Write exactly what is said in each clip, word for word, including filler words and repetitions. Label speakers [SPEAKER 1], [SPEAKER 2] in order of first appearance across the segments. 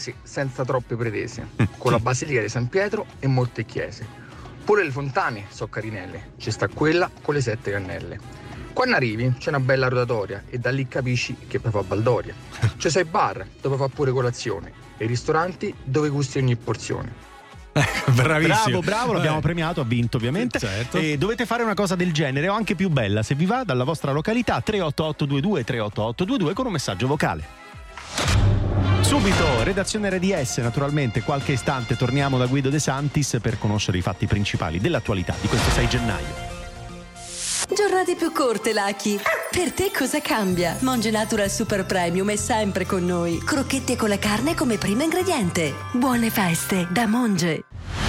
[SPEAKER 1] senza troppe pretese, con la Basilica di San Pietro e molte chiese. Pure le fontane sono carinelle, ci sta quella con le sette cannelle. Quando arrivi c'è una bella rotatoria e da lì capisci che poi fa baldoria. Ci sono i bar dove fa pure colazione e i ristoranti dove gusti ogni porzione.
[SPEAKER 2] Bravissimo. Bravo, bravo, l'abbiamo eh. premiato, ha vinto ovviamente.
[SPEAKER 3] Certo.
[SPEAKER 2] E dovete fare una cosa del genere o anche più bella, se vi va, dalla vostra località tre otto otto due due tre otto otto due due con un messaggio vocale. Subito, redazione R D S, naturalmente qualche istante torniamo da Guido De Santis per conoscere i fatti principali dell'attualità di questo sei gennaio.
[SPEAKER 4] Giornate più corte, Lucky. Per te cosa cambia? Monge Natural Super Premium è sempre con noi. Crocchette con la carne come primo ingrediente. Buone feste da Monge.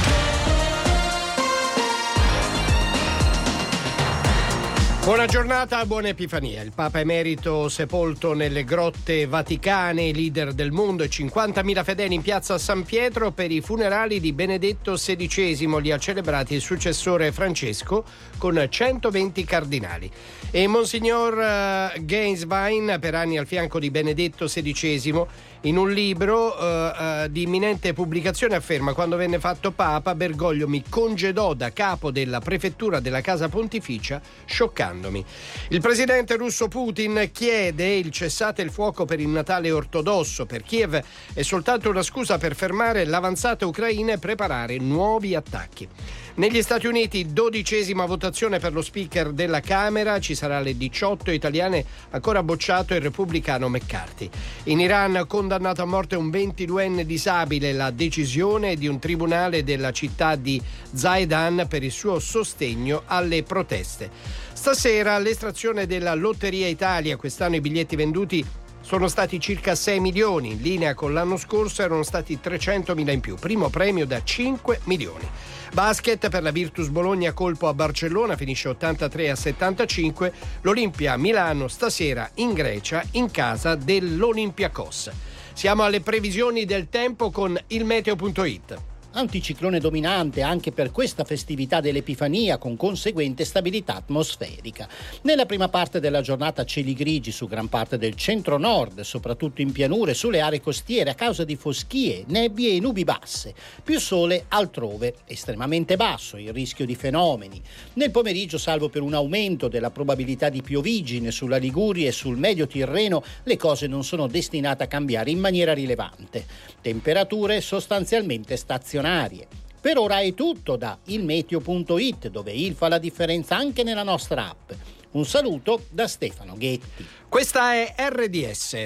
[SPEAKER 5] Buona giornata, buona Epifania. Il Papa Emerito sepolto nelle grotte vaticane, leader del mondo e cinquantamila fedeli in piazza San Pietro per i funerali di Benedetto sedicesimo. Li ha celebrati il successore Francesco con centoventi cardinali. E Monsignor uh, Gainswein, per anni al fianco di Benedetto sedicesimo, in un libro uh, uh, di imminente pubblicazione afferma: quando venne fatto Papa, Bergoglio mi congedò da capo della prefettura della Casa Pontificia, scioccandomi. Il presidente russo Putin chiede il cessate il fuoco per il Natale ortodosso. Per Kiev è soltanto una scusa per fermare l'avanzata ucraina e preparare nuovi attacchi. Negli Stati Uniti, dodicesima votazione per lo speaker della Camera, ci sarà alle diciotto italiane, ancora bocciato il repubblicano McCarthy. In Iran, condannato a morte un ventiduenne disabile, la decisione di un tribunale della città di Zaidan per il suo sostegno alle proteste. Stasera l'estrazione della Lotteria Italia, quest'anno i biglietti venduti sono stati circa sei milioni, in linea con l'anno scorso erano stati trecentomila in più, primo premio da cinque milioni. Basket per la Virtus Bologna, colpo a Barcellona, finisce ottantatré a settantacinque. L'Olimpia Milano stasera in Grecia in casa dell'Olympiakos. Siamo alle previsioni del tempo con il meteo punto it.
[SPEAKER 6] Anticiclone dominante anche per questa festività dell'Epifania, con conseguente stabilità atmosferica. Nella prima parte della giornata cieli grigi su gran parte del centro-nord, soprattutto in pianure, sulle aree costiere a causa di foschie, nebbie e nubi basse. Più sole altrove, estremamente basso il rischio di fenomeni. Nel pomeriggio, salvo per un aumento della probabilità di piovigine sulla Liguria e sul medio Tirreno, le cose non sono destinate a cambiare in maniera rilevante. Temperature sostanzialmente stazionarie. Per ora è tutto da ilmeteo punto it, dove il fa la differenza anche nella nostra app. Un saluto da Stefano Ghetti.
[SPEAKER 5] Questa è R D S.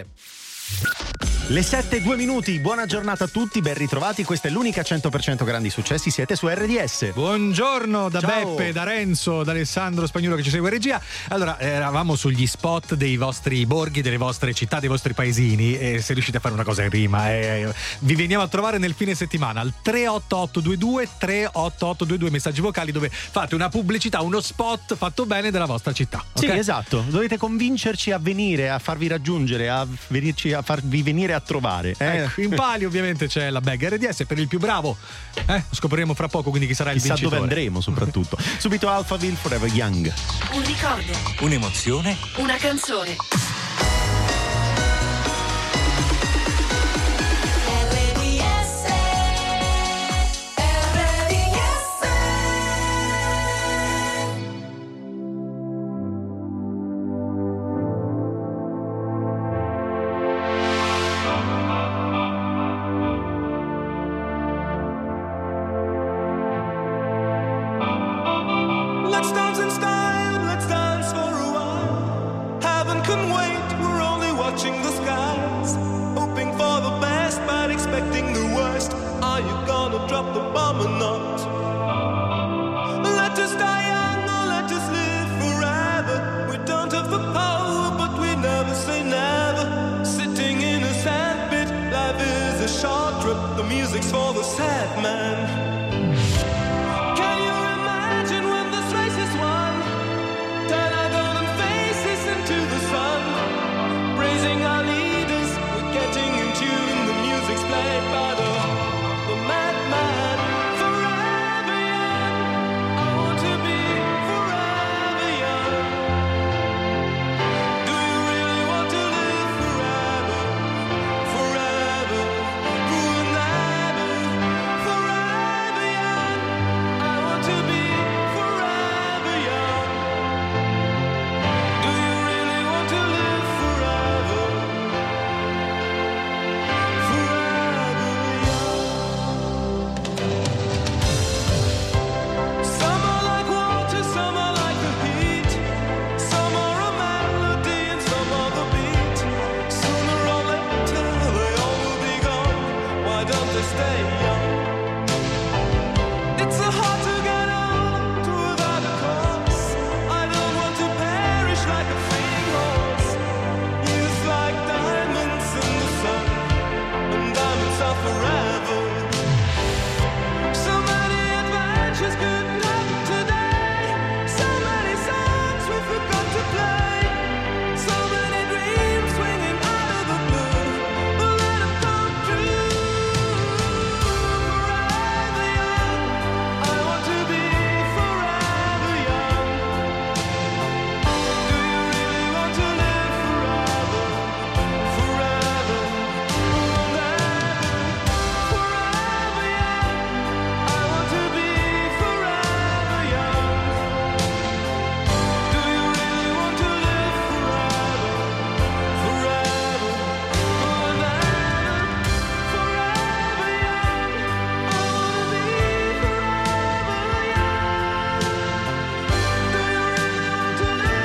[SPEAKER 2] Le sette e due minuti, buona giornata a tutti, ben ritrovati, questa è l'unica cento per cento grandi successi, siete su R D S.
[SPEAKER 3] Buongiorno da
[SPEAKER 2] Ciao.
[SPEAKER 3] Beppe, da Renzo, da Alessandro Spagnuolo che ci segue in regia. Allora, eravamo sugli spot dei vostri borghi, delle vostre città, dei vostri paesini, e se riuscite a fare una cosa in rima, eh, vi veniamo a trovare nel fine settimana al tre otto otto due due tre otto otto due due, messaggi vocali dove fate una pubblicità, uno spot fatto bene della vostra città.
[SPEAKER 2] Sì,
[SPEAKER 3] okay?
[SPEAKER 2] esatto, dovete convincerci a venire, a farvi raggiungere, a venirci a farvi venire a trovare. Eh?
[SPEAKER 3] Ecco, in palio ovviamente c'è la bag R D S per il più bravo. Eh, lo scopriremo fra poco, quindi chi sarà il
[SPEAKER 2] Chissà
[SPEAKER 3] vincitore.
[SPEAKER 2] dove andremo soprattutto. Subito Alphaville, Forever Young.
[SPEAKER 4] Un ricordo,
[SPEAKER 7] Un'emozione,
[SPEAKER 4] una canzone.
[SPEAKER 8] Let's dance in style, let's dance for a while. Heaven can wait, we're only watching the skies. Hoping for the best, but expecting the worst. Are you gonna drop the bomb or not? Let us die young or let us live forever. We don't have the power, but we never say never. Sitting in a sandpit, life is a short trip. The music's for the sad man. Forever, to stay young. It's so hard to get on to without a cause. I don't want to perish like a fleeting horse. Youth like diamonds in the sun, and diamonds are forever. So many adventures couldn't happen today. So many songs we forgot to play. So many dreams swinging out of the blue. But let them come true. Forever young, I want to be forever young. Do you really want to live forever? Forever, forever, forever young. I want to be forever young. Do you really want to live forever? Forever, forever, forever young. I wanna be forever young. Do you really want to live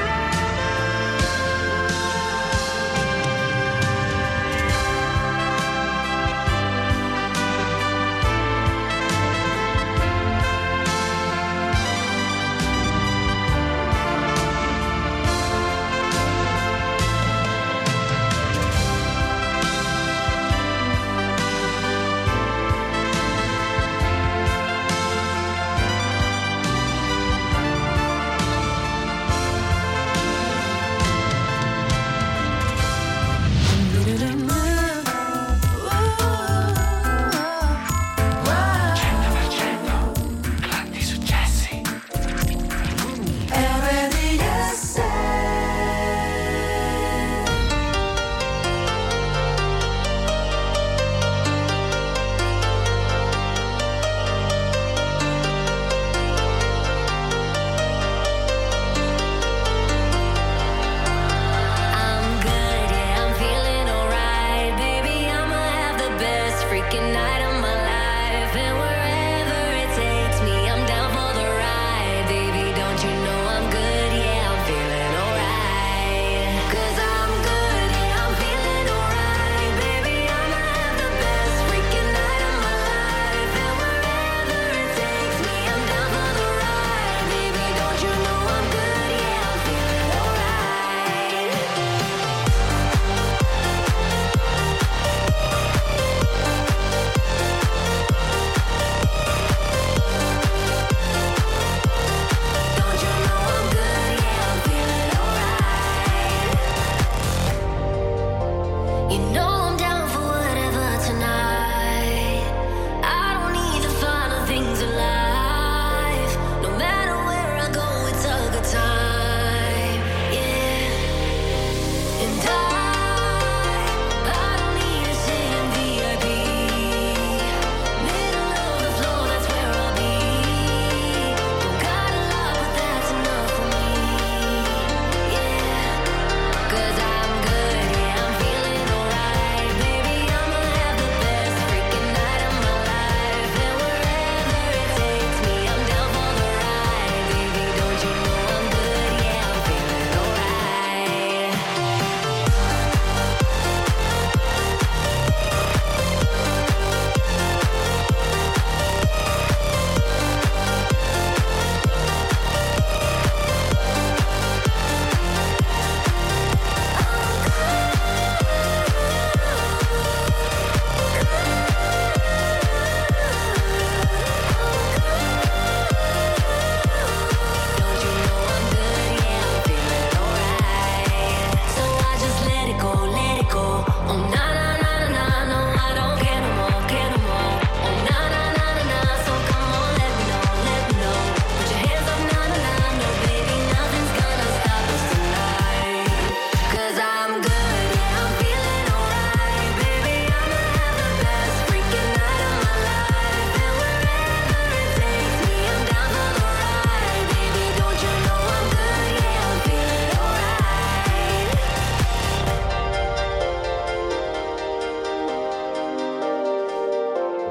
[SPEAKER 8] I'm good, yeah, I'm feeling alright. Baby, I'ma have the best freaking night of my life. And wherever it takes me, I'm down for the ride. Baby, don't you know I'm good, yeah, I'm feeling alright. Cause I'm good, yeah, I'm feeling alright. Baby, I'ma have the best freaking night of my life. And wherever it takes me, I'm down for the ride. Baby, don't you know I'm good, yeah, I'm feeling alright.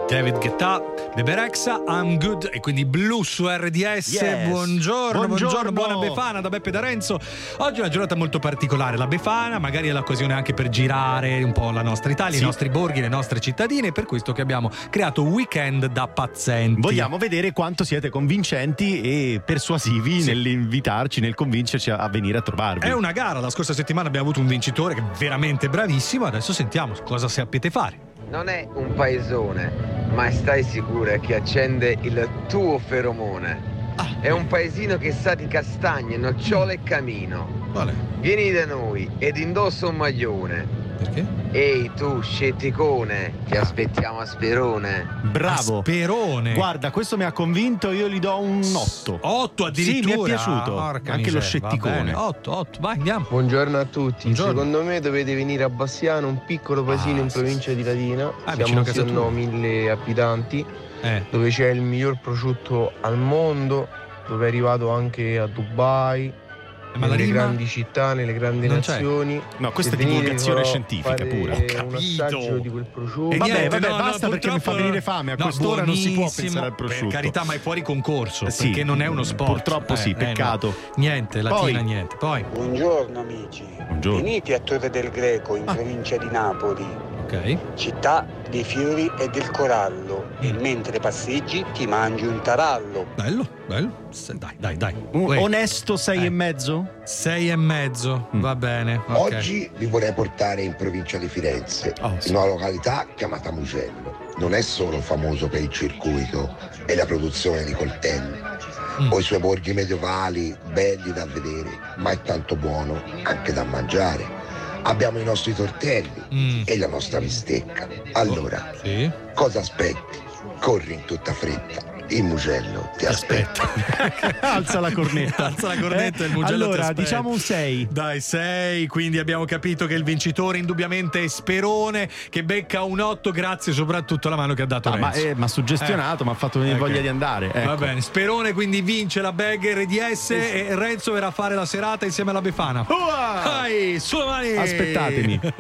[SPEAKER 3] David Guetta, Bebe Rexha, I'm Good, e quindi Blu su R D S.
[SPEAKER 2] Yes.
[SPEAKER 3] Buongiorno, buongiorno,
[SPEAKER 2] Buongiorno.
[SPEAKER 3] buona Befana da Beppe D'Arenzo. Oggi è una giornata molto particolare, la Befana, magari è l'occasione anche per girare un po' la nostra Italia,
[SPEAKER 2] Sì.
[SPEAKER 3] i nostri borghi, le nostre cittadine, per questo che abbiamo creato un weekend da pazienti.
[SPEAKER 2] Vogliamo vedere quanto siete convincenti e persuasivi
[SPEAKER 3] Sì.
[SPEAKER 2] nell'invitarci, nel convincerci a, a venire a trovarvi.
[SPEAKER 3] È una gara, la scorsa settimana abbiamo avuto un vincitore che è veramente bravissimo, adesso sentiamo cosa sapete fare.
[SPEAKER 7] Non è un paesone, ma stai sicura che accende il tuo feromone. È un paesino che sa di castagne, nocciole e camino.
[SPEAKER 3] Qual è?
[SPEAKER 7] Vieni da noi ed indossa un maglione.
[SPEAKER 3] Perché?
[SPEAKER 7] Ehi tu, scetticone, ti aspettiamo a Sperone.
[SPEAKER 2] Bravo.
[SPEAKER 3] Sperone.
[SPEAKER 2] Guarda, questo mi ha convinto, io gli do un otto.
[SPEAKER 3] otto addirittura.
[SPEAKER 2] Sì, mi è piaciuto.
[SPEAKER 3] Porca
[SPEAKER 2] Anche
[SPEAKER 3] miseria,
[SPEAKER 2] lo sceticone.
[SPEAKER 3] otto, otto, vai, andiamo.
[SPEAKER 9] Buongiorno a tutti,
[SPEAKER 3] Buongiorno.
[SPEAKER 9] secondo me dovete venire a Bassiano, un piccolo paesino
[SPEAKER 3] Ah,
[SPEAKER 9] in
[SPEAKER 3] sì,
[SPEAKER 9] provincia
[SPEAKER 3] sì.
[SPEAKER 9] di Latina,
[SPEAKER 3] Ah, vicino
[SPEAKER 9] siamo
[SPEAKER 3] a casa
[SPEAKER 9] sì o no
[SPEAKER 3] tua.
[SPEAKER 9] mille abitanti,
[SPEAKER 3] Eh.
[SPEAKER 9] dove c'è il miglior prosciutto al mondo, dove è arrivato anche a Dubai,
[SPEAKER 3] Ma la
[SPEAKER 9] nelle
[SPEAKER 3] rima?
[SPEAKER 9] grandi città, nelle grandi
[SPEAKER 3] Non c'è.
[SPEAKER 9] nazioni.
[SPEAKER 2] No, questa è
[SPEAKER 9] Se venite
[SPEAKER 2] divulgazione
[SPEAKER 9] farò
[SPEAKER 2] scientifica
[SPEAKER 9] fare
[SPEAKER 2] pura.
[SPEAKER 3] Ho
[SPEAKER 9] un
[SPEAKER 3] capito.
[SPEAKER 9] assaggio di quel prosciutto.
[SPEAKER 3] E
[SPEAKER 2] Vabbè,
[SPEAKER 3] niente,
[SPEAKER 2] vabbè,
[SPEAKER 3] no, no,
[SPEAKER 2] basta perché mi fa
[SPEAKER 3] purtroppo-
[SPEAKER 2] venire fame. A
[SPEAKER 3] no,
[SPEAKER 2] quest'ora non si può
[SPEAKER 3] buonissimo,
[SPEAKER 2] pensare al prosciutto.
[SPEAKER 3] Per carità, ma è fuori concorso,
[SPEAKER 2] Sì,
[SPEAKER 3] perché non è uno sport.
[SPEAKER 2] purtroppo sì,
[SPEAKER 3] no.
[SPEAKER 2] peccato.
[SPEAKER 3] Niente, Latina,
[SPEAKER 2] Poi-
[SPEAKER 3] niente. Poi,
[SPEAKER 10] Buongiorno amici,
[SPEAKER 2] Buongiorno.
[SPEAKER 10] venite a Torre del Greco in
[SPEAKER 3] Ah.
[SPEAKER 10] provincia di Napoli,
[SPEAKER 3] ok.
[SPEAKER 10] città dei fiori e del corallo, e mentre passeggi ti mangi un tarallo.
[SPEAKER 3] Bello, bello. Se- Dai, dai, dai.
[SPEAKER 2] Un
[SPEAKER 3] Uè.
[SPEAKER 2] onesto sei
[SPEAKER 3] Eh.
[SPEAKER 2] e mezzo?
[SPEAKER 3] Sei e mezzo,
[SPEAKER 2] Mm.
[SPEAKER 3] va bene. ok.
[SPEAKER 11] Oggi vi vorrei portare in provincia di Firenze,
[SPEAKER 2] Oh, sì.
[SPEAKER 11] in una località chiamata Mugello. Non è solo famoso per il circuito e la produzione di coltelli
[SPEAKER 3] Mm.
[SPEAKER 11] o i suoi borghi medievali belli da vedere, ma è tanto buono anche da mangiare. Abbiamo i nostri tortelli
[SPEAKER 3] Mm.
[SPEAKER 11] e la nostra bistecca. Allora,
[SPEAKER 3] Sì.
[SPEAKER 11] cosa aspetti? Corri in tutta fretta. Il Mugello ti aspetta.
[SPEAKER 2] Alza la cornetta.
[SPEAKER 3] Alza la cornetta e il Mugello ti
[SPEAKER 2] Allora,
[SPEAKER 3] aspetta.
[SPEAKER 2] diciamo un sei.
[SPEAKER 3] Dai, sei, quindi abbiamo capito che il vincitore indubbiamente è Sperone, che becca un otto, grazie soprattutto alla mano che ha dato
[SPEAKER 2] Ah, ma
[SPEAKER 3] Renzo.
[SPEAKER 2] eh, ma suggestionato,
[SPEAKER 3] Eh.
[SPEAKER 2] mi ha fatto venire
[SPEAKER 3] Ok.
[SPEAKER 2] voglia di andare. Ecco.
[SPEAKER 3] Va bene, Sperone quindi vince la bag R D S e Renzo verrà a fare la serata insieme alla Befana.
[SPEAKER 2] Ua!
[SPEAKER 3] Dai, sulle mani!
[SPEAKER 2] Aspettatemi.
[SPEAKER 4] R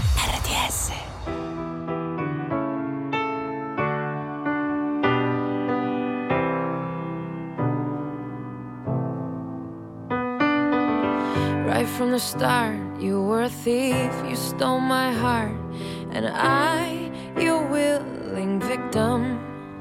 [SPEAKER 4] D S.
[SPEAKER 12] Right from the start, you were a thief, you stole my heart, and I, your willing victim.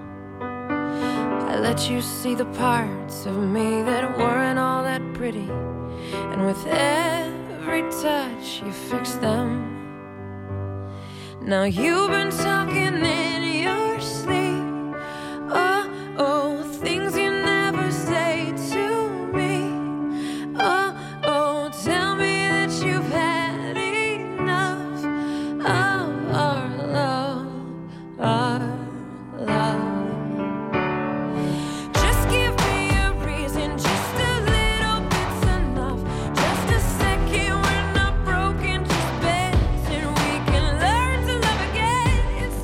[SPEAKER 12] I let you see the parts of me that weren't all that pretty, and with every touch you fixed them. Now you've been talking in your sleep, oh, oh, things you never say to me, oh, oh, tell me that you've had enough of our love, our love. Just give me a reason, just a little bit's enough. Just a second, we're not broken, just bends, and we can learn to love again. It's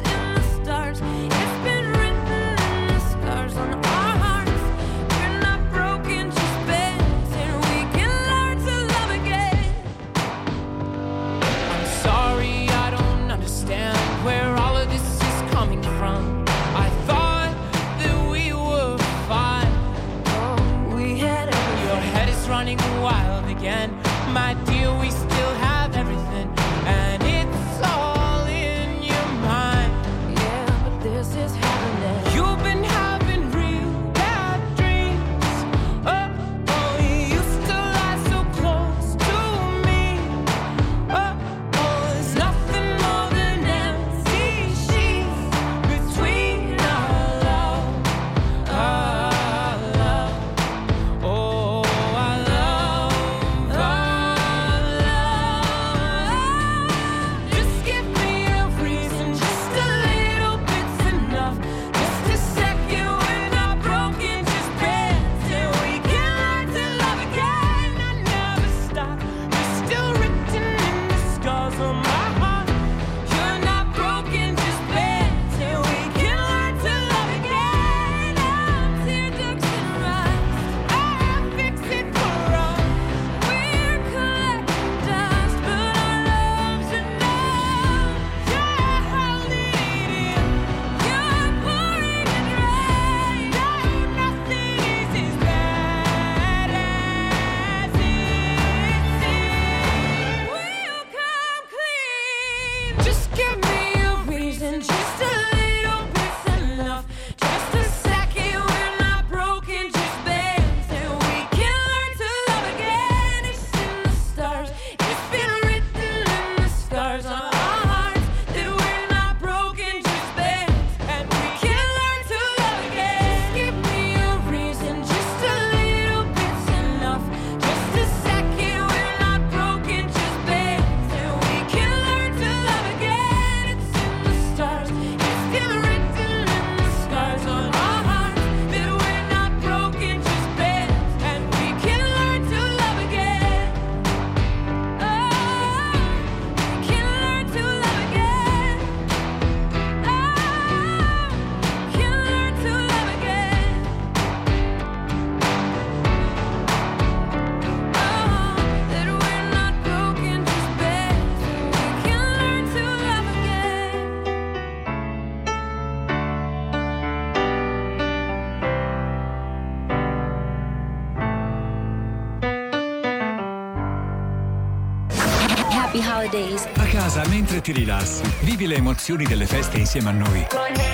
[SPEAKER 13] holidays.
[SPEAKER 14] A casa mentre ti rilassi, vivi le emozioni delle feste insieme a noi.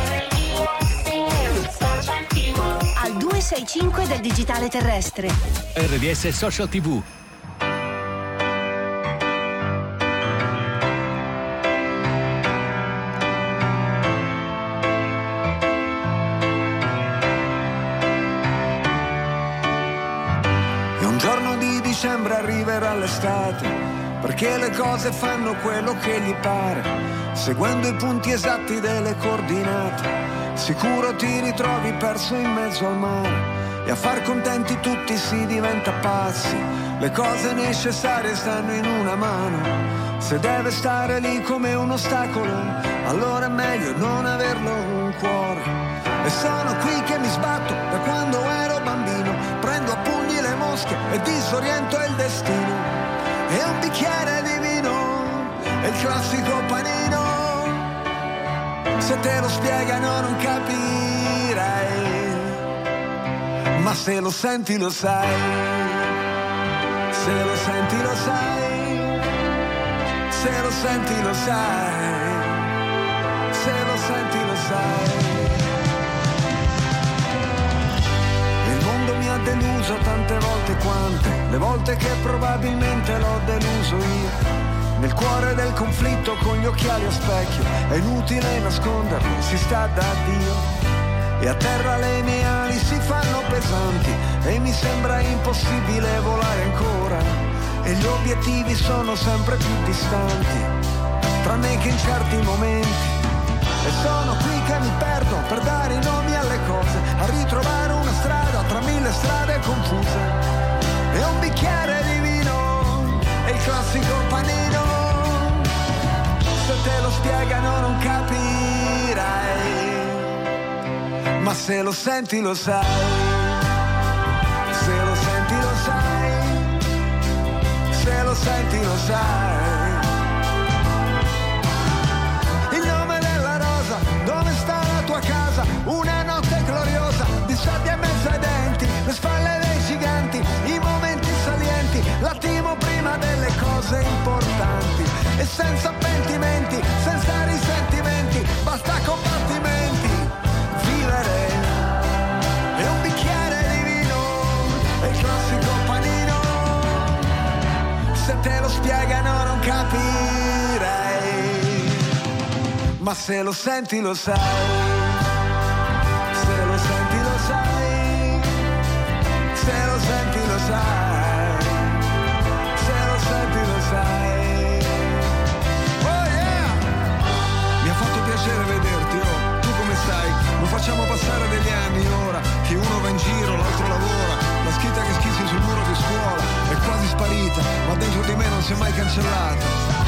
[SPEAKER 13] Al duecentosessantacinque del digitale terrestre.
[SPEAKER 14] R D S Social T V.
[SPEAKER 15] E un giorno di dicembre arriverà l'estate, perché le cose fanno quello che gli pare, seguendo i punti esatti delle coordinate. Sicuro ti ritrovi perso in mezzo al mare, e a far contenti tutti si diventa pazzi. Le cose necessarie stanno in una mano, se deve stare lì come un ostacolo, allora è meglio non averlo un cuore. E sono qui che mi sbatto da quando ero bambino, prendo a pugni le mosche e disoriento il destino. E un bicchiere di vino è il classico panino, se te lo spiegano non capirai, ma se lo senti lo sai, se lo senti lo sai, se lo senti lo sai, se lo senti lo sai. Il mondo mi ha deluso tante volte quante, le volte che probabilmente l'ho deluso io. Nel cuore del conflitto con gli occhiali a specchio, è inutile nasconderlo, si sta da Dio. E a terra le mie ali si fanno pesanti, e mi sembra impossibile volare ancora. E gli obiettivi sono sempre più distanti, tranne che in certi momenti. E sono qui che mi perdo per dare i nomi alle cose, a ritrovare una strada tra mille strade confuse. E un bicchiere di vino è il classico panino, se te lo spiegano non capirai, ma se lo senti lo sai, se lo senti lo sai, se lo senti lo sai. Il nome della rosa, dove sta la tua casa? Una notte gloriosa, di sabbia in mezzo ai denti, le spalle dei giganti, i momenti salienti, l'attimo prima delle cose importanti. E senza pentimenti, senza risentimenti, basta combattimenti, vivere. E un bicchiere di vino è il classico panino, se te lo spiegano non capirai, ma se lo senti lo sai, se lo senti lo sai, se lo senti lo sai, se lo senti lo sai. Piacere vederti, oh, tu come stai? Non facciamo passare degli anni ora, che uno va in giro, l'altro lavora, la scritta che schizzi sul muro di scuola è quasi sparita, ma dentro di me non si è mai cancellata.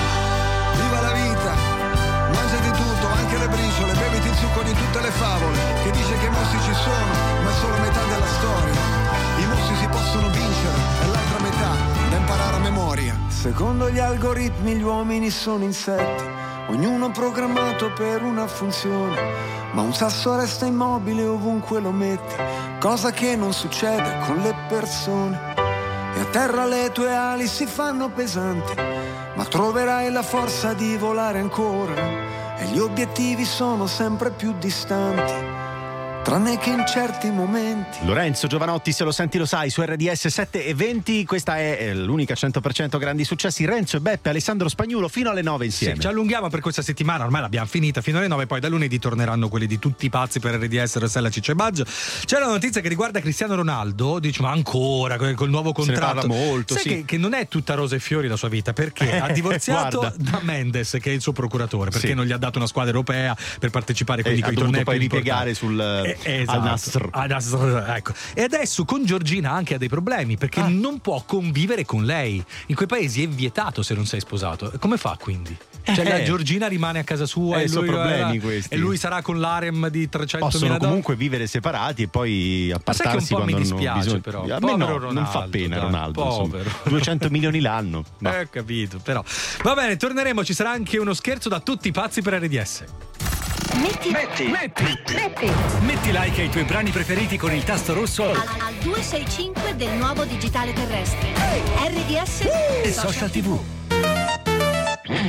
[SPEAKER 15] Viva la vita, mangiati tutto, anche le briciole, beviti il succo di tutte le favole, che dice che i mostri ci sono, ma è solo metà della storia. I mostri si possono vincere, è l'altra metà da imparare a memoria. Secondo gli algoritmi gli uomini sono insetti, ognuno programmato per una funzione, ma un sasso resta immobile ovunque lo metti, cosa che non succede con le persone. E a terra le tue ali si fanno pesanti, ma troverai la forza di volare ancora, e gli obiettivi sono sempre più distanti, tranne che in certi momenti.
[SPEAKER 2] Lorenzo Giovanotti, se lo senti lo sai, su R D S sette e venti. Questa è l'unica cento per cento grandi successi. Renzo e Beppe, Alessandro Spagnuolo fino alle nove insieme.
[SPEAKER 3] Sì, ci allunghiamo per questa settimana, ormai l'abbiamo finita fino alle nove, poi da lunedì torneranno quelli di tutti i pazzi per R D S, Rossella, Ciccio e Baggio. C'è una notizia che riguarda Cristiano Ronaldo, dice ma ancora col nuovo contratto.
[SPEAKER 2] Se ne parla molto,
[SPEAKER 3] Sai
[SPEAKER 2] sì.
[SPEAKER 3] che, che non è tutta rose e fiori la sua vita, perché ha divorziato da Mendes, che è il suo procuratore, perché sì. non gli ha dato una squadra europea per partecipare quindi
[SPEAKER 2] eh,
[SPEAKER 3] con i tornei
[SPEAKER 2] poi
[SPEAKER 3] più
[SPEAKER 2] ripiegare sul
[SPEAKER 3] eh, esatto.
[SPEAKER 2] al Nasr.
[SPEAKER 3] Ah, Nasr, ecco. E adesso con Giorgina anche ha dei problemi, perché ah. non può convivere con lei. In quei paesi è vietato se non sei sposato. Come fa quindi? Cioè eh. la Giorgina rimane a casa sua eh, e, lui,
[SPEAKER 2] problemi questi.
[SPEAKER 3] e lui sarà con l'harem di trecentomila
[SPEAKER 2] possono comunque vivere separati e poi appartarsi quando
[SPEAKER 3] mi dispiace,
[SPEAKER 2] bisogno.
[SPEAKER 3] Però
[SPEAKER 2] A me
[SPEAKER 3] povero
[SPEAKER 2] no,
[SPEAKER 3] Ronaldo,
[SPEAKER 2] non fa pena
[SPEAKER 3] dai,
[SPEAKER 2] Ronaldo, duecento milioni l'anno.
[SPEAKER 3] No. Eh, ho capito, però va bene, torneremo, ci sarà anche uno scherzo da tutti i pazzi per R D S.
[SPEAKER 14] Metti, metti, metti, metti, metti like ai tuoi brani preferiti con il tasto rosso
[SPEAKER 13] al, al duecentosessantacinque del nuovo digitale terrestre. R D S
[SPEAKER 14] e Social T V.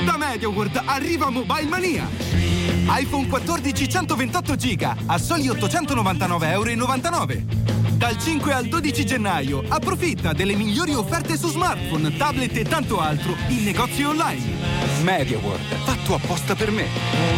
[SPEAKER 16] Da MediaWorld arriva Mobile Mania. iPhone quattordici centoventotto giga a soli ottocentonovantanove e novantanove euro. Dal cinque al dodici gennaio approfitta delle migliori offerte su smartphone, tablet e tanto altro in negozi online. MediaWorld, fatto apposta per me.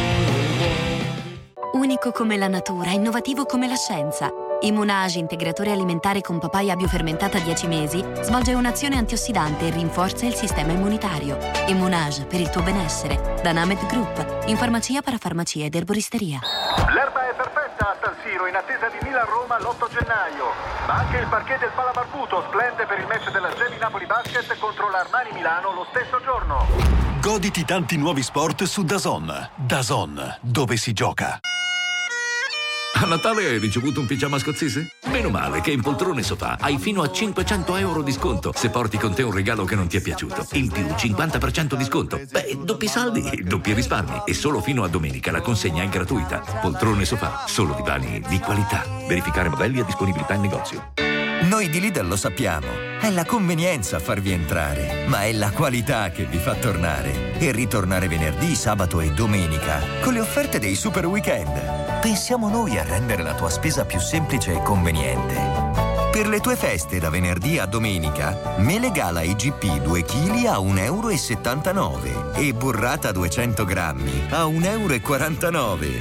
[SPEAKER 17] Unico come la natura, innovativo come la scienza. Immunage, integratore alimentare con papaya biofermentata dieci mesi, svolge un'azione antiossidante e rinforza il sistema immunitario. Immunage, per il tuo benessere. Da Named Group, in farmacia, parafarmacia ed erboristeria.
[SPEAKER 18] L'erba è perfetta a San Siro in attesa di Milan-Roma l'otto gennaio. Ma anche il parquet del Palabarbuto splende per il match della Gemi Napoli Basket contro l'Armani Milano lo stesso giorno.
[SPEAKER 19] Goditi tanti nuovi sport su DAZN. DAZN, dove si gioca.
[SPEAKER 20] A Natale hai ricevuto un pigiama scozzese? Meno male che in Poltrone Sofà hai fino a cinquecento euro di sconto se porti con te un regalo che non ti è piaciuto. In più cinquanta per cento di sconto. Beh, doppi saldi, doppi risparmi. E solo fino a domenica la consegna è gratuita. Poltrone Sofà, solo divani di qualità. Verificare modelli e disponibilità in negozio.
[SPEAKER 21] Noi di Lidl lo sappiamo, è la convenienza a farvi entrare, ma è la qualità che vi fa tornare. E ritornare venerdì, sabato e domenica, con le offerte dei super weekend. Pensiamo noi a rendere la tua spesa più semplice e conveniente. Per le tue feste da venerdì a domenica, mele gala I G P due chili a un euro e settantanove e burrata duecento grammi a un euro e quarantanove.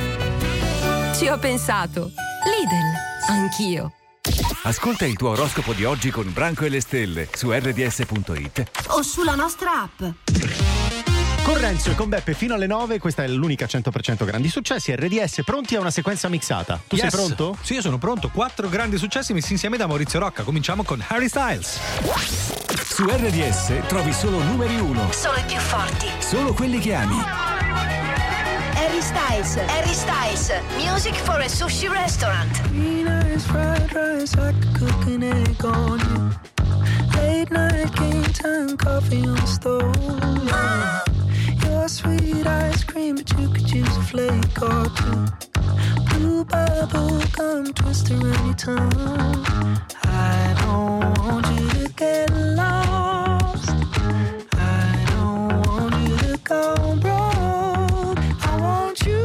[SPEAKER 17] Ci ho pensato. Lidl, anch'io.
[SPEAKER 14] Ascolta il tuo oroscopo di oggi con Branco e le stelle su erre di esse punto it
[SPEAKER 13] o sulla nostra app.
[SPEAKER 2] Con Renzo e con Beppe fino alle nove, questa è l'unica cento per cento grandi successi. R D S pronti a una sequenza mixata. Tu
[SPEAKER 3] Yes.
[SPEAKER 2] sei pronto?
[SPEAKER 3] Sì, io sono pronto. Quattro grandi successi messi insieme da Maurizio Rocca. Cominciamo con Harry Styles.
[SPEAKER 14] Su erre di esse trovi solo numeri uno,
[SPEAKER 13] Solo i più forti.
[SPEAKER 14] solo quelli che ami.
[SPEAKER 13] Harry Styles. Harry Styles. Music for a sushi restaurant.
[SPEAKER 8] Fried rice, I could cook an egg on you. Late night game time, coffee on the stove. Your sweet ice cream, but you could use a flake or two. Blue bubble gum twist around your tongue. I don't want you to get lost. I don't want you to go broke. I want you.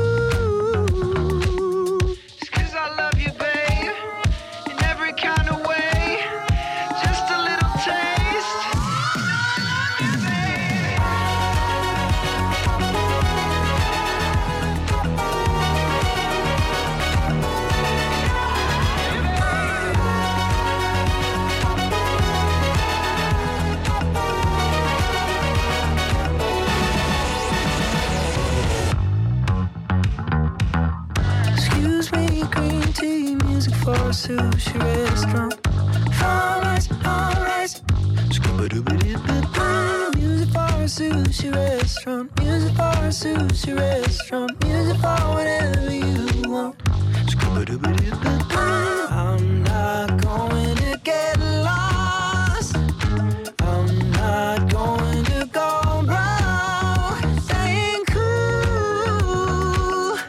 [SPEAKER 8] For a sushi restaurant. All rice, all rice. Music for a sushi restaurant. Music for a sushi restaurant. Music for whatever you want. I'm not going to get lost. I'm not going to go broke. Staying cool.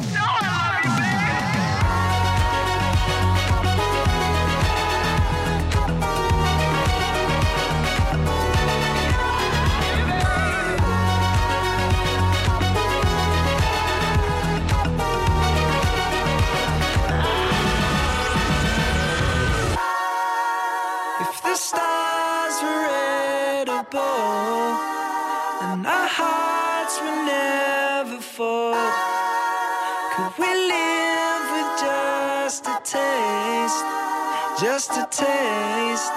[SPEAKER 8] And our hearts will never fall. Could we live with just a taste? Just a taste.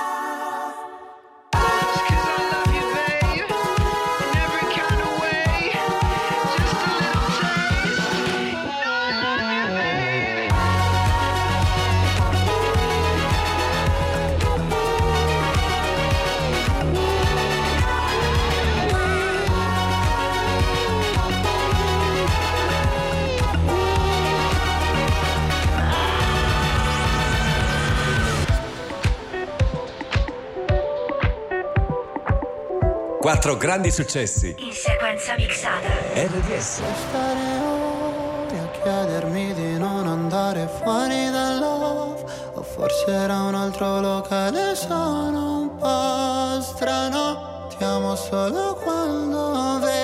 [SPEAKER 14] Quattro grandi successi.
[SPEAKER 13] In sequenza mixata.
[SPEAKER 14] erre di esse.
[SPEAKER 8] Stare ore a chiedermi di non andare fuori dal love. O forse era un altro locale, sono un po' strano. Ti amo solo quando vedo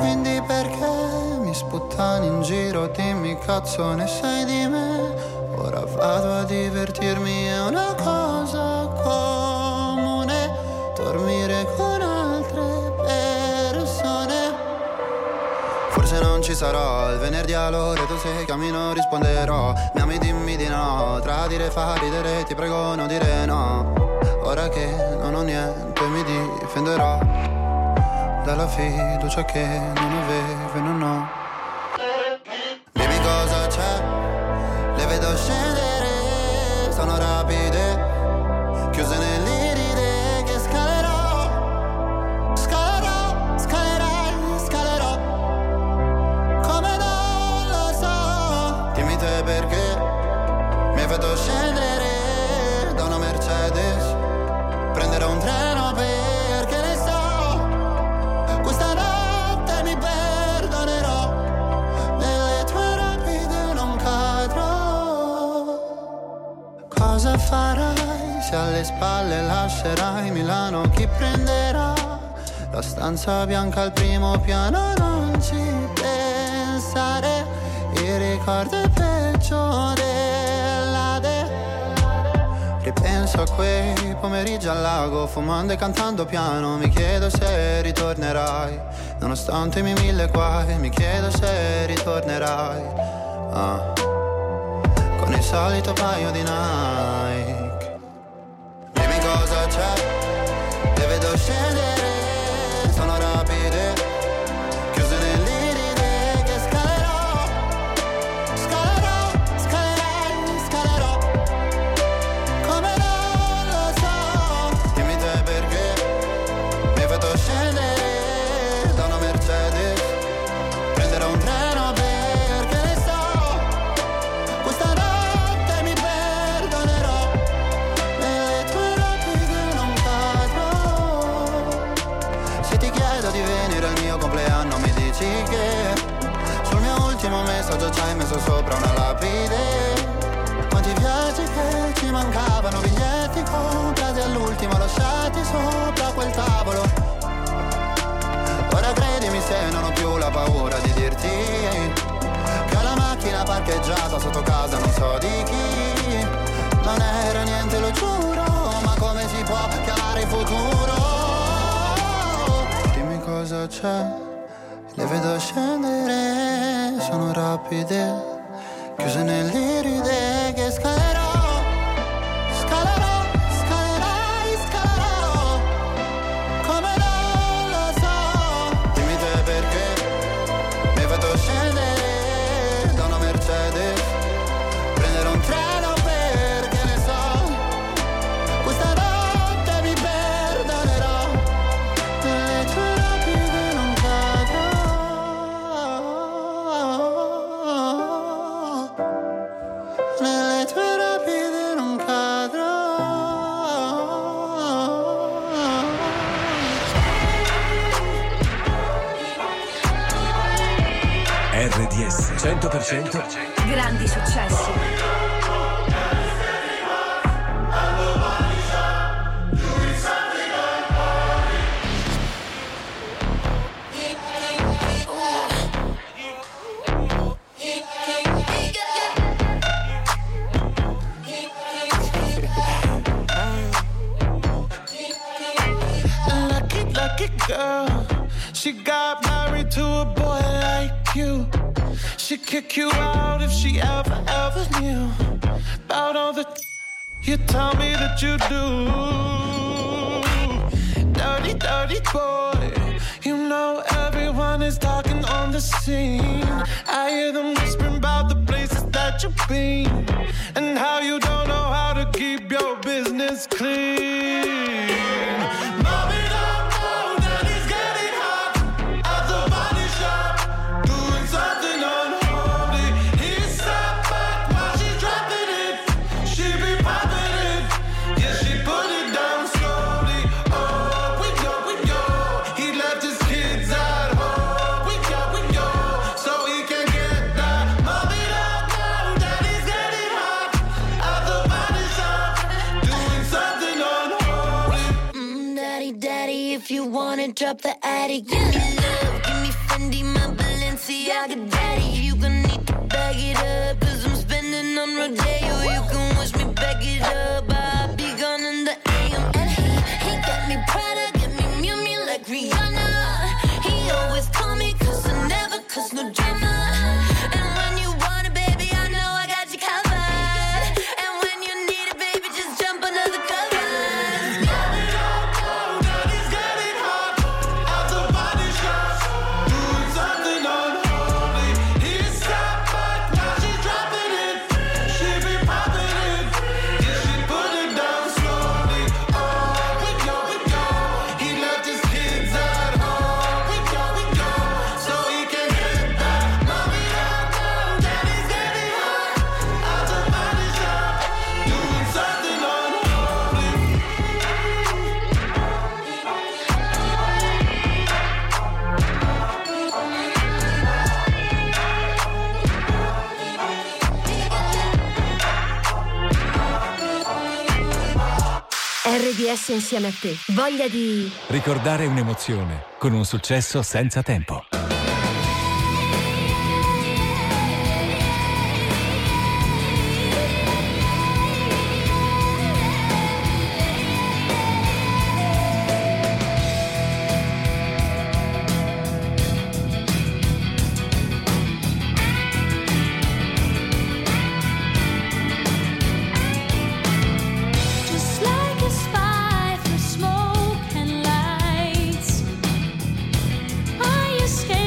[SPEAKER 1] quindi perché mi sputtani in giro, dimmi cazzo ne sai di me. Ora vado a divertirmi, è una cosa comune, dormire con altre persone. Forse non ci sarò il venerdì a Loreto, se cammino risponderò. Mi ami dimmi di no, tradire fa ridere, ti prego non dire no. Ora che non ho niente mi difenderò dalla fiducia che non avevo e non ho. Dimmi cosa c'è, le vedo scendere, sono rapide, chiuse nell'iride che scalerò, scalerò, scalerai, scalerò, come non lo so. Dimmi te perché mi hai fatto scendere da una Mercedes, prenderò un treno perché ne so, questa notte mi perdonerò, nelle tue rapide non cadrò. Cosa farai se alle spalle lascerai Milano? Chi prenderà la stanza bianca al primo piano? Non ci pensare, il ricordo è peggio dell'Ade. Ripenso a quei pomeriggi al lago, fumando e cantando piano. Mi chiedo se ritornerai, nonostante i miei mille guai. Mi chiedo se ritornerai, ah, con il solito paio di Nike. Dimmi cosa c'è, le vedo scendere, sono rapide, chiuse nell'iride che scalerò, scalerò, scalerai, scalerò, come non lo so. Dimmi te perché mi hai fatto scendere da una Mercedes, prenderò un treno perché ne so, questa notte mi perdonerò, nelle tue rapide non cadrò. Se ti chiedo di venire al mio compleanno mi dici che sul mio ultimo messaggio ci hai messo sopra una lapide. Quanti viaggi che ci mancavano, biglietti comprati all'ultimo lasciati sopra quel tavolo. Ora credimi se non ho più la paura di dirti che ho la macchina parcheggiata sotto casa non so di chi. Non era niente lo giuro, ma come si può chiamare il futuro? Dimmi cosa c'è, le vedo scendere, sono rapide, chiuse nell'iride che scalerò, scalerò, scalerai, scalerò, come non lo so. Dimmi te perché mi hai fatto scendere da una Mercedes, prendere un treno perché ne so, questa notte mi perdonerò, nelle tue rapide non cadrò, nelle tue rapide non cadrò.
[SPEAKER 14] R D S cento per cento
[SPEAKER 13] Grandi successi.
[SPEAKER 8] Lucky, lucky girl. She got married to a boy like you. She'd kick you out if she ever, ever knew about all the you tell me that you do. Dirty, dirty boy. You know everyone is talking on the scene. I hear them whispering about the places that you've been and how you don't know how to keep your business clean. Mommy don't know that he's getting hot at the body shop, doing something unholy. He sat back while she's dropping it. She be popping it, yeah, she put it down slowly. Oh, we go, we go. He left his kids at home. We go, we go, so he can get that. Mommy don't know that he's getting hot at the body shop, doing something unholy.
[SPEAKER 12] Mm, daddy, daddy, if you wanna drop the attic, give me love, give me Fendi, my Balenciaga daddy. You gonna need to bag it up, cause I'm spending on Rodeo. You can wish me back it up, I'll be gone in the A M. And he, he got me Prada, get me Miu Miu like Rihanna. He always call me cause I never cause no drama. And when you want it, baby, I know I got you covered. And when you need it, baby, just jump under the covers. R D S insieme a te. Voglia di
[SPEAKER 14] ricordare un'emozione con un successo senza tempo.
[SPEAKER 12] escape.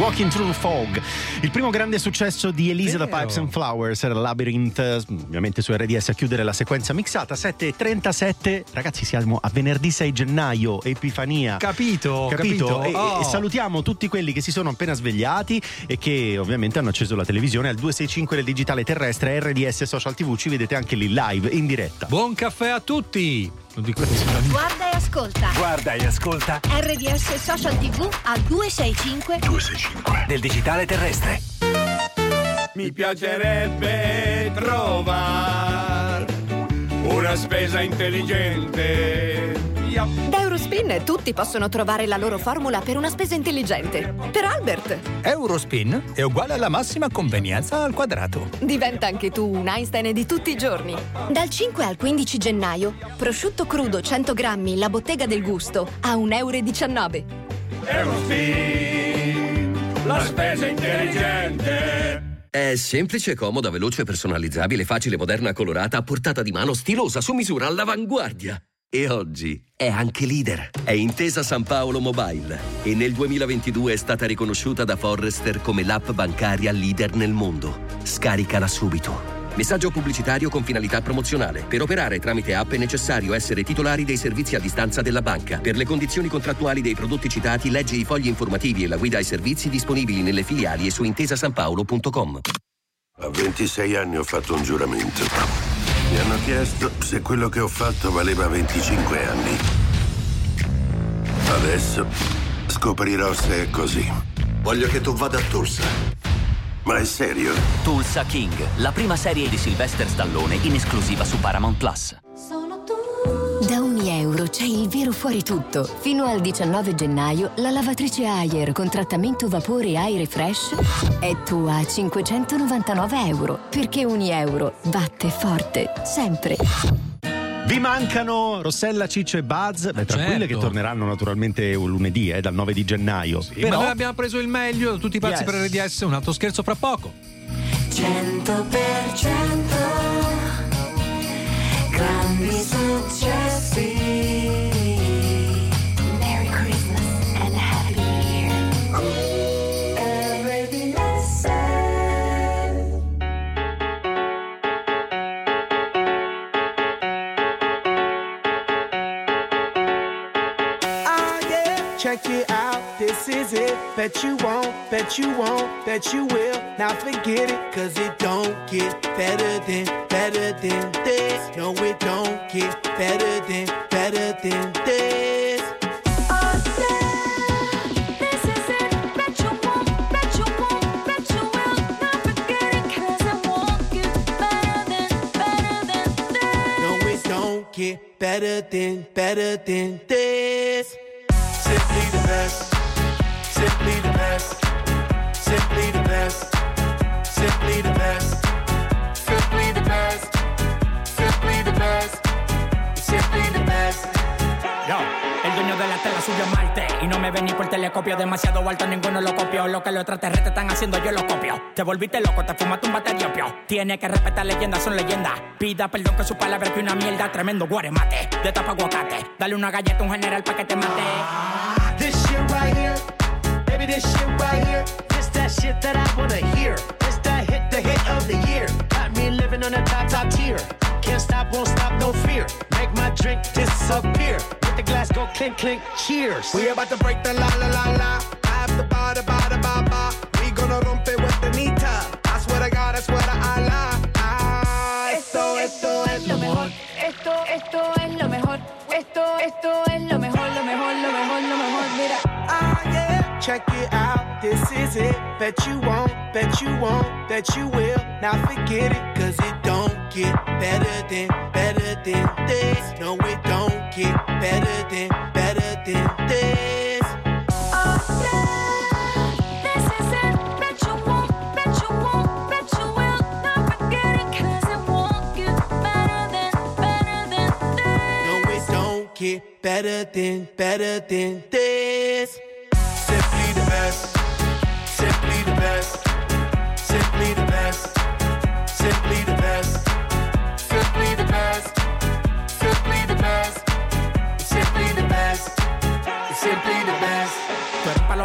[SPEAKER 2] Walking Through the Fog, il primo grande successo di Elisa da
[SPEAKER 3] Vero.
[SPEAKER 2] Pipes and Flowers, era Labyrinth, ovviamente su R D S a chiudere la sequenza mixata. Sette e trentasette, ragazzi, siamo a venerdì sei gennaio, Epifania.
[SPEAKER 3] Capito,
[SPEAKER 2] Capito?
[SPEAKER 3] capito.
[SPEAKER 2] E,
[SPEAKER 3] Oh.
[SPEAKER 2] e salutiamo tutti quelli che si sono appena svegliati e che ovviamente hanno acceso la televisione al duecentosessantacinque del digitale terrestre, R D S Social T V, ci vedete anche lì live in diretta.
[SPEAKER 3] Buon caffè a tutti. Non dico così.
[SPEAKER 13] Guarda e ascolta.
[SPEAKER 14] Guarda e ascolta
[SPEAKER 13] R D S Social T V al duecentosessantacinque
[SPEAKER 14] del digitale terrestre.
[SPEAKER 6] Mi piacerebbe trovare una spesa intelligente.
[SPEAKER 22] Da Eurospin tutti possono trovare la loro formula per una spesa intelligente. Per Albert,
[SPEAKER 23] Eurospin è uguale alla massima convenienza al quadrato.
[SPEAKER 22] diventa anche tu un Einstein di tutti i giorni.
[SPEAKER 13] Dal cinque al quindici gennaio, prosciutto crudo cento grammi, la bottega del gusto, a un euro e diciannove.
[SPEAKER 6] Eurospin, la spesa intelligente.
[SPEAKER 24] È semplice, comoda, veloce, personalizzabile, facile, moderna, colorata, a portata di mano, stilosa, su misura, all'avanguardia. E oggi è anche leader. È Intesa San Paolo Mobile e nel duemilaventidue è stata riconosciuta da Forrester come l'app bancaria leader nel mondo. Scaricala subito. Messaggio pubblicitario con finalità promozionale. Per operare tramite app è necessario essere titolari dei servizi a distanza della banca. Per le condizioni contrattuali dei prodotti citati, leggi i fogli informativi e la guida ai servizi disponibili nelle filiali e su intesa san paolo punto com.
[SPEAKER 25] A ventisei anni ho fatto un giuramento. Mi hanno chiesto se quello che ho fatto valeva venticinque anni. Adesso scoprirò se è così. Voglio che tu vada a Tulsa. Ma è serio?
[SPEAKER 26] Tulsa King, la prima serie di Sylvester Stallone in esclusiva su Paramount Plus.
[SPEAKER 17] Da ogni euro c'è il vero fuori tutto. Fino al diciannove gennaio la lavatrice Haier con trattamento vapore Aire Fresh è tua a cinquecentonovantanove euro. Perché ogni euro batte forte, sempre.
[SPEAKER 2] Vi mancano Rossella, Ciccio e Buzz. Beh, tranquille
[SPEAKER 3] certo.
[SPEAKER 2] che torneranno naturalmente un lunedì, eh, dal nove di gennaio.
[SPEAKER 3] Sì,
[SPEAKER 2] Però...
[SPEAKER 3] ma noi abbiamo preso il meglio da tutti i pazzi
[SPEAKER 2] Yes.
[SPEAKER 3] per R D S, un altro scherzo fra poco.
[SPEAKER 8] cento per cento grandi successi. Merry Christmas and Happy New Year. R D S.
[SPEAKER 1] Ah yeah, check it out, this is it. Bet you won't, bet you won't, bet you will. Now forget it, cause it don't get better than, better than this. No, it don't get better than, better than this.
[SPEAKER 8] Oh yeah, this is it. Bet you won't, bet you won't, bet you will. Now forget it, cause it won't get better than, better than this.
[SPEAKER 1] No, it don't get better than, better than this. Simply the best, simply the best, simply the best, simply the best, simply the best, simply the best, simply the best.
[SPEAKER 27] Yo, el dueño de la tela subió a Marte y no me vení por telescopio, demasiado alto, ninguno lo copió. Lo que los extraterrestres están haciendo yo lo copio. Te volviste loco, te fumaste un bate de opio. Tiene que respetar leyendas, son leyendas. Pida perdón que su palabra que una mierda. Tremendo guaremate, de tapa aguacate. Dale una galleta a un general pa' que te mate.
[SPEAKER 1] This shit right here, baby, this shit right here. This that shit that I wanna hear. This that hit, the hit of the year. Got me living on a top, top tier. Can't stop, won't stop, no fear. Make my drink disappear. Let the glass go clink, clink, cheers. We about to break the la la la la. After ba da ba da ba ba. We gonna rompe with the nita. I swear to God, I swear to Allah. Ah, esto, esto es lo mejor.
[SPEAKER 22] Esto, esto es lo mejor. Esto, esto es lo mejor, lo mejor, lo mejor, lo mejor. Mira.
[SPEAKER 1] Ah yeah, check it out, this is it. Bet you won't, bet you won't, bet you will. Now forget it, cause it don't get better than, better than this. No, it don't get better than, better than this.
[SPEAKER 8] Oh yeah, this is it. Bet you won't, bet you won't, bet you will. Now forget it, cause it won't get better than, better than this.
[SPEAKER 1] No, it don't get better than, better than this. Simply the best, simply the best, simply the best, simply the best, simply the best, simply the best, simply the best, simply the best.
[SPEAKER 27] Tú eres palo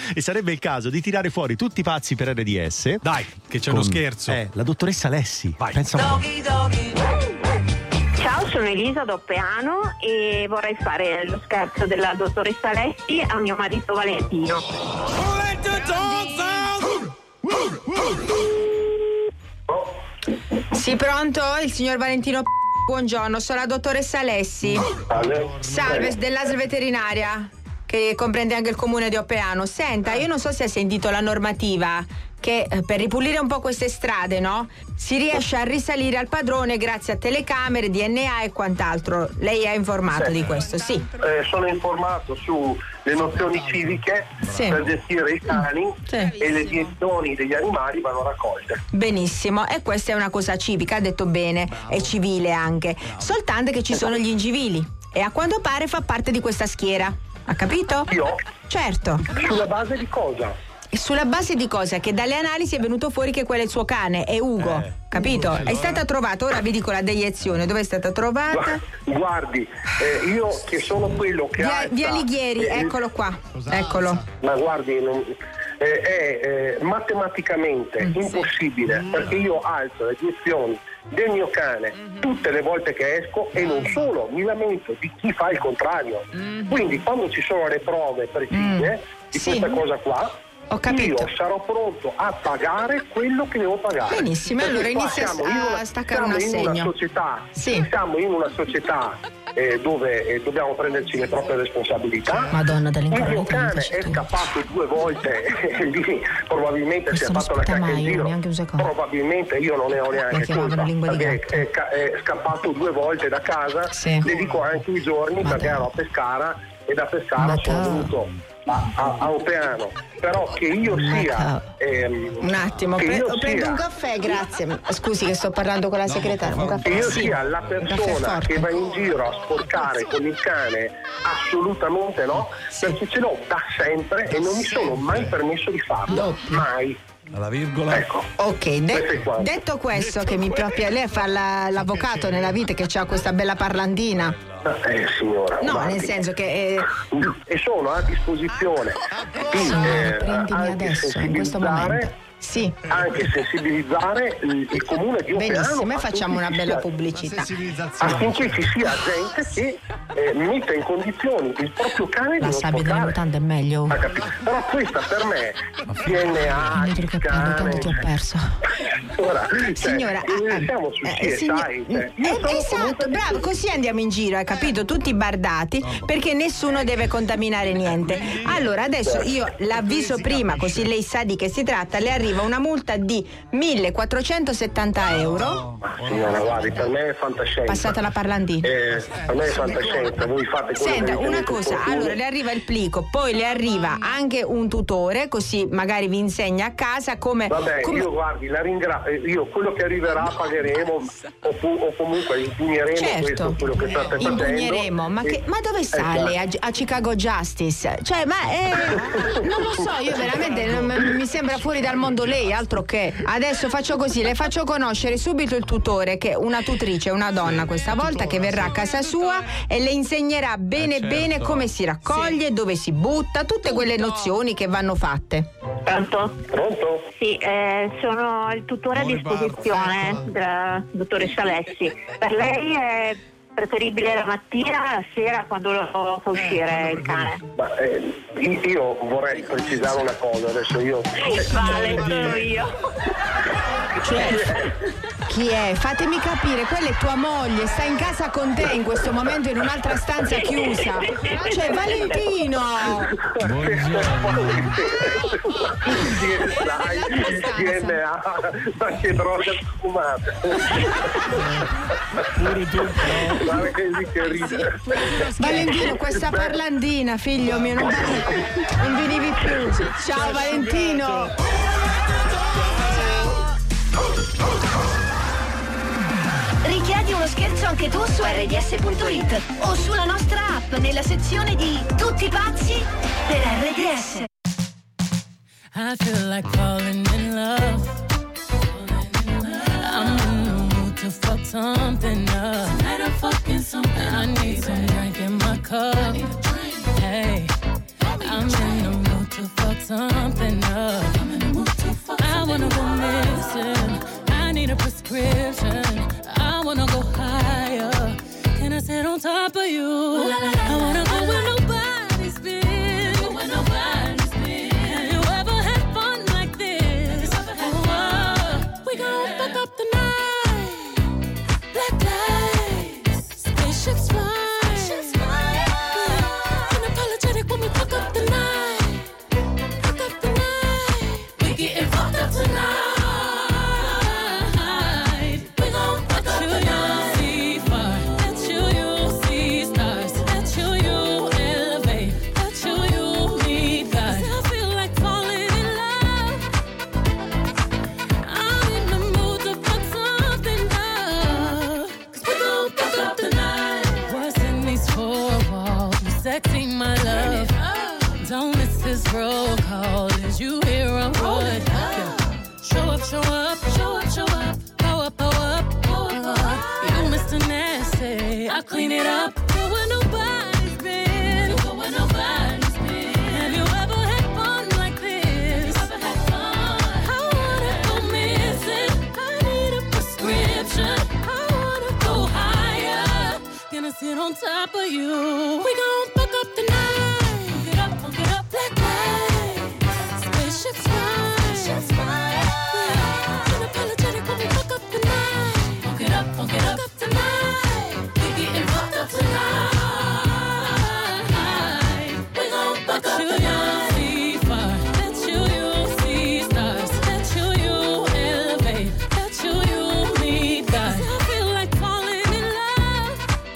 [SPEAKER 2] e sarebbe il caso di tirare fuori tutti i pazzi per R D S.
[SPEAKER 3] Dai, che c'è uno scherzo.
[SPEAKER 2] Eh, la dottoressa Alessi.
[SPEAKER 3] Vai.
[SPEAKER 2] Pensa un po'.
[SPEAKER 5] Ciao, sono Elisa da Oppeano e vorrei fare lo scherzo della dottoressa Alessi a mio marito Valentino.
[SPEAKER 7] Sì, pronto? Il signor Valentino. Buongiorno, sono la dottoressa Alessi.
[SPEAKER 9] Salve.
[SPEAKER 7] Salve, dell'A S L veterinaria, che comprende anche il comune di Oppeano. Senta, io non so se ha sentito la normativa che eh, per ripulire un po' queste strade, no? Si riesce a risalire al padrone grazie a telecamere, D N A e quant'altro. Lei è informato
[SPEAKER 9] Sì.
[SPEAKER 7] di questo? Sì.
[SPEAKER 9] Eh, sono informato sulle nozioni civiche
[SPEAKER 7] Sì.
[SPEAKER 9] per gestire i cani
[SPEAKER 7] Sì.
[SPEAKER 9] e le direzioni degli animali vanno raccolte.
[SPEAKER 7] Benissimo, e questa è una cosa civica, ha detto bene, è civile anche. Soltanto che ci sono gli incivili e a quanto pare fa parte di questa schiera. Ha capito?
[SPEAKER 9] Io?
[SPEAKER 7] Certo.
[SPEAKER 9] Sulla base di cosa?
[SPEAKER 7] E sulla base di cosa? Che dalle analisi è venuto fuori che quello è il suo cane, è Ugo,
[SPEAKER 9] Eh.
[SPEAKER 7] capito? È stata trovata, ora vi dico la deiezione, dove è stata trovata?
[SPEAKER 9] Guardi, eh, io che sono quello che
[SPEAKER 7] Via,
[SPEAKER 9] alza-
[SPEAKER 7] via Lighieri,
[SPEAKER 9] eh,
[SPEAKER 7] eccolo qua, eccolo.
[SPEAKER 9] Ma guardi, non- eh, è eh, matematicamente
[SPEAKER 7] Mm,
[SPEAKER 9] impossibile perché io alzo le direzioni del mio cane
[SPEAKER 7] Mm-hmm.
[SPEAKER 9] tutte le volte che esco e non solo, mi lamento di chi fa il contrario.
[SPEAKER 7] Mm-hmm.
[SPEAKER 9] Quindi quando ci sono le prove precise di
[SPEAKER 7] Sì.
[SPEAKER 9] questa cosa qua,
[SPEAKER 7] Ho capito.
[SPEAKER 9] io sarò pronto a pagare quello che devo pagare.
[SPEAKER 7] Benissimo,
[SPEAKER 9] Perché
[SPEAKER 7] allora
[SPEAKER 9] qua
[SPEAKER 7] inizia
[SPEAKER 9] siamo
[SPEAKER 7] a
[SPEAKER 9] in una-
[SPEAKER 7] staccare un
[SPEAKER 9] siamo in
[SPEAKER 7] assegno.
[SPEAKER 9] una società,
[SPEAKER 7] Sì.
[SPEAKER 9] siamo in una società eh, dove eh, dobbiamo prenderci le proprie responsabilità.
[SPEAKER 7] Madonna,
[SPEAKER 9] Il
[SPEAKER 7] dall'incontro
[SPEAKER 9] mio cane è scappato due volte e lì probabilmente
[SPEAKER 7] Questo
[SPEAKER 9] si è
[SPEAKER 7] non
[SPEAKER 9] fatto la
[SPEAKER 7] aspetta
[SPEAKER 9] cacca in
[SPEAKER 7] mai,
[SPEAKER 9] giro.
[SPEAKER 7] neanche un secondo.
[SPEAKER 9] Probabilmente io non ne ho
[SPEAKER 7] La
[SPEAKER 9] neanche
[SPEAKER 7] chiamavano
[SPEAKER 9] colpa
[SPEAKER 7] lingua di
[SPEAKER 9] perché è, ca- è scappato due volte da casa.
[SPEAKER 7] Sì.
[SPEAKER 9] Le dico anche i giorni perché ero a Pescara e da Pescara sono venuto a, a, a Oppeano. Però che io sia ehm,
[SPEAKER 7] Un attimo,
[SPEAKER 9] che
[SPEAKER 7] pre-
[SPEAKER 9] io
[SPEAKER 7] prendo
[SPEAKER 9] sia-
[SPEAKER 7] un caffè, grazie. Scusi che sto parlando con la segretaria. Un caffè.
[SPEAKER 9] che io
[SPEAKER 7] Sì.
[SPEAKER 9] sia la
[SPEAKER 7] Un caffè
[SPEAKER 9] persona
[SPEAKER 7] forte.
[SPEAKER 9] che va in giro a sporcare con il cane, assolutamente no, perché ce l'ho da sempre e non mi sono mai permesso di farlo, mai.
[SPEAKER 23] Alla virgola.
[SPEAKER 9] Ecco.
[SPEAKER 7] Ok, de- detto questo, che mi proprio lei fa la- l'avvocato nella vita che ha questa bella parlandina.
[SPEAKER 9] Eh signora.
[SPEAKER 7] No,
[SPEAKER 9] guardi.
[SPEAKER 7] nel senso che eh,
[SPEAKER 9] E sono a disposizione di eh,
[SPEAKER 7] prendimi
[SPEAKER 9] anche
[SPEAKER 7] adesso, in questo momento.
[SPEAKER 9] sensibilizzare
[SPEAKER 7] Sì.
[SPEAKER 9] anche sensibilizzare il, il comune di Oppeano
[SPEAKER 7] Benissimo, e facciamo una
[SPEAKER 9] affinché
[SPEAKER 7] bella
[SPEAKER 9] ci sia-
[SPEAKER 7] pubblicità.
[SPEAKER 9] affinché ci sia gente che eh, metta in condizioni il proprio cane di
[SPEAKER 7] La
[SPEAKER 9] non
[SPEAKER 7] sabbia delle
[SPEAKER 9] sporcare.
[SPEAKER 7] mutande è meglio.
[SPEAKER 9] Ha capito? Però questa per me D N A,
[SPEAKER 7] Metri che prendo, tanto ti ho perso.
[SPEAKER 9] ora, cioè,
[SPEAKER 7] Signora,
[SPEAKER 9] eh, siamo su
[SPEAKER 7] eh,
[SPEAKER 9] C S I,
[SPEAKER 7] signo-
[SPEAKER 9] cioè, io
[SPEAKER 7] eh,
[SPEAKER 9] sono
[SPEAKER 7] esatto,
[SPEAKER 9] comunque-
[SPEAKER 7] bravo, così andiamo in giro, hai capito? Tutti bardati, perché nessuno deve contaminare niente. Allora, adesso io l'avviso prima, così lei sa di che si tratta, le arriva una multa di millequattrocentosettanta euro.
[SPEAKER 9] Signora, guardi, per me è fantascienza.
[SPEAKER 7] Passata la parlandina.
[SPEAKER 9] Eh, per me è fantascienza, voi fate quello
[SPEAKER 7] Senta,
[SPEAKER 9] che
[SPEAKER 7] una
[SPEAKER 9] ritenete
[SPEAKER 7] cosa,
[SPEAKER 9] opportuno.
[SPEAKER 7] allora le arriva il plico, poi le arriva anche un tutore, così magari vi insegna a casa come...
[SPEAKER 9] Vabbè,
[SPEAKER 7] come-
[SPEAKER 9] io guardi, la ringrazio, io quello che arriverà pagheremo o, pu- o comunque impugneremo
[SPEAKER 7] Certo,
[SPEAKER 9] questo, quello che state facendo.
[SPEAKER 7] impugneremo, ma, che-
[SPEAKER 9] E-
[SPEAKER 7] ma dove sta
[SPEAKER 9] Esatto.
[SPEAKER 7] lei? A, a Chicago Justice? Cioè, ma eh, non lo so, io veramente non- mi sembra fuori dal mondo lei, altro che. Adesso faccio così, le faccio conoscere subito il tutore, che è una tutrice, una donna questa volta, che verrà a casa sua e le insegnerà bene
[SPEAKER 9] certo.
[SPEAKER 7] bene come si raccoglie, dove si butta, tutte quelle nozioni che vanno fatte.
[SPEAKER 5] Pronto?
[SPEAKER 9] Pronto?
[SPEAKER 5] Sì, eh, sono il tutore a disposizione della dottoressa Alessi. Per lei è preferibile la mattina, la sera, quando lo fa uscire il cane?
[SPEAKER 9] Ma, eh, io vorrei precisare una cosa, adesso io...
[SPEAKER 5] Vale, sono io.
[SPEAKER 7] Cioè, chi è? Fatemi capire, quella è tua moglie, sta in casa con te in questo momento in un'altra stanza chiusa. Cioè, Valentino!
[SPEAKER 9] D N A, ma che droga sfumata.
[SPEAKER 23] Pure tu.
[SPEAKER 9] Guarda che lì che ride.
[SPEAKER 7] Valentino, questa parlandina, figlio mio, non, non venivi più. Ciao Valentino!
[SPEAKER 13] Richiedi uno scherzo anche tu su R D S punto it o sulla nostra app nella sezione di Tutti pazzi per R D S.
[SPEAKER 10] I feel like falling in love. I'm in the mood to fuck something up. Tonight I'm fucking something. I need some drink in my cup. Hey, I'm in the mood to fuck something for a walk. You sexy, my love. Don't miss this roll call. Did you hear a word? Show up, show up, show up, show up. Pow up, pow up, pow up. You Mister Nasty, I'll clean it up. Go where nobody's been. Go where nobody's been. Have you ever had fun like this? Have you ever had fun? I wanna go missing. I need a prescription. I wanna go higher. Gonna sit on top of you. We gon' fuck up the night. Fuck it up, fuck it up. Black lights, spaceships fly. Spaceships fly. Unapologetic when we fuck up the night. Fuck it up, fuck it up. Fuck up the night. We getting fucked up tonight. We gon' fuck up the night. See fire. Let you, you see stars. Let you, you elevate. Let you, you meet God. I feel like falling in love.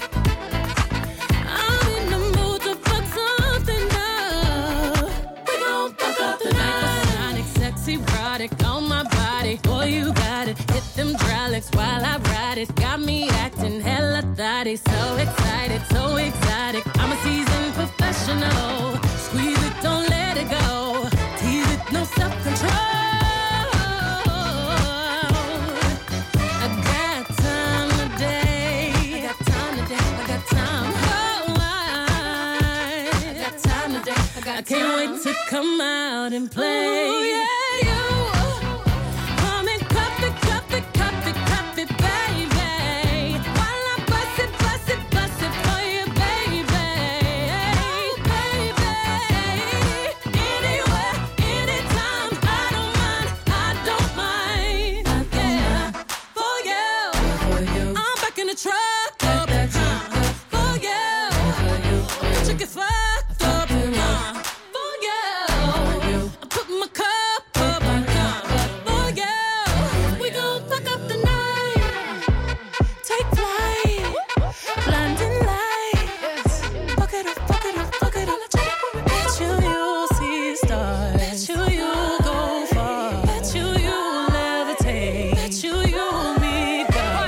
[SPEAKER 10] I'm in the mood to fuck something up. We gon' fuck up the night. Sonic, sexy, erotic on my body. Boy, you got it. Hit them hydraulics while I ride it. Got me acting hella thotty. So excited, so exotic. I'm a seasoned professional. Squeeze it, don't let it go. Tease it, no self-control. I got time today. I got time today. I got time. Oh, I, I got time today. I got I can't time. Wait to come out and play. Ooh, yeah, you. Come and cup it, cup it, cup it, cup it, baby. While I bust it, bust it, bust it for you, baby. Baby. Anywhere, anytime. I don't mind, I don't mind. Yeah. For you. For you. I'm back in the truck. Up. Uh, for you. Chick is fucked up. Uh, for you. I put my cup up. Uh, for you. We gon' fuck up the night. Take flight. Blinding lights. Fuck it up, fuck it up, fuck it up. Bet you you'll see stars. Bet you you'll go far. Bet you you'll levitate. Bet you you'll meet God.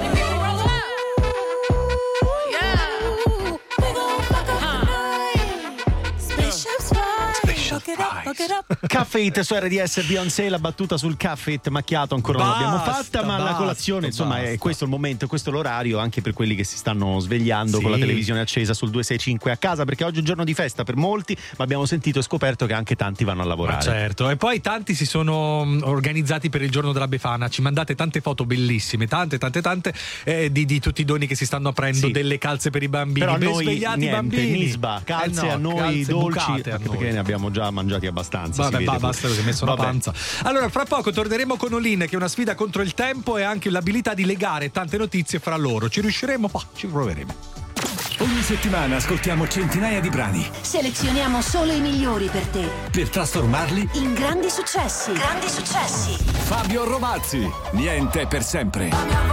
[SPEAKER 10] Yeah. We gon' fuck up the night. Spaceships fly. Fuck it up, fuck it up.
[SPEAKER 2] Caffè Hit su R D S. Beyoncé, la battuta sul Caffè Hit macchiato ancora non l'abbiamo
[SPEAKER 3] Basta,
[SPEAKER 2] fatta, ma la
[SPEAKER 3] basta,
[SPEAKER 2] colazione insomma
[SPEAKER 3] basta.
[SPEAKER 2] è questo il momento, questo l'orario anche per quelli che si stanno svegliando
[SPEAKER 3] Sì.
[SPEAKER 2] con la televisione accesa sul due sei cinque a casa, perché oggi è un giorno di festa per molti, ma abbiamo sentito e scoperto che anche tanti vanno a
[SPEAKER 3] Ma
[SPEAKER 2] lavorare.
[SPEAKER 3] certo, e poi tanti si sono mh, organizzati per il giorno della Befana. Ci mandate tante foto bellissime, tante, tante, tante eh, di, di tutti i doni che si stanno aprendo,
[SPEAKER 2] Sì.
[SPEAKER 3] delle calze per i bambini.
[SPEAKER 2] Però a
[SPEAKER 3] Ben
[SPEAKER 2] noi
[SPEAKER 3] svegliati
[SPEAKER 2] niente,
[SPEAKER 3] bambini.
[SPEAKER 2] Nisba, calze
[SPEAKER 3] Eh no,
[SPEAKER 2] a noi,
[SPEAKER 3] calze
[SPEAKER 2] dolci,
[SPEAKER 3] bucate a
[SPEAKER 2] anche
[SPEAKER 3] noi.
[SPEAKER 2] perché ne abbiamo già mangiati abbastanza.
[SPEAKER 3] Vabbè,
[SPEAKER 2] si
[SPEAKER 3] ba-
[SPEAKER 2] vede
[SPEAKER 3] basta
[SPEAKER 2] pure.
[SPEAKER 3] così, messo la
[SPEAKER 2] Vabbè.
[SPEAKER 3] panza. Allora, fra poco torneremo con Olin, che è una sfida contro il tempo e anche l'abilità di legare tante notizie fra loro. Ci riusciremo? Bah, ci proveremo.
[SPEAKER 14] Ogni settimana ascoltiamo centinaia di brani
[SPEAKER 13] Selezioniamo solo i migliori per te.
[SPEAKER 14] per trasformarli.
[SPEAKER 13] In grandi successi. Grandi successi.
[SPEAKER 14] Fabio Romazzi, niente per sempre.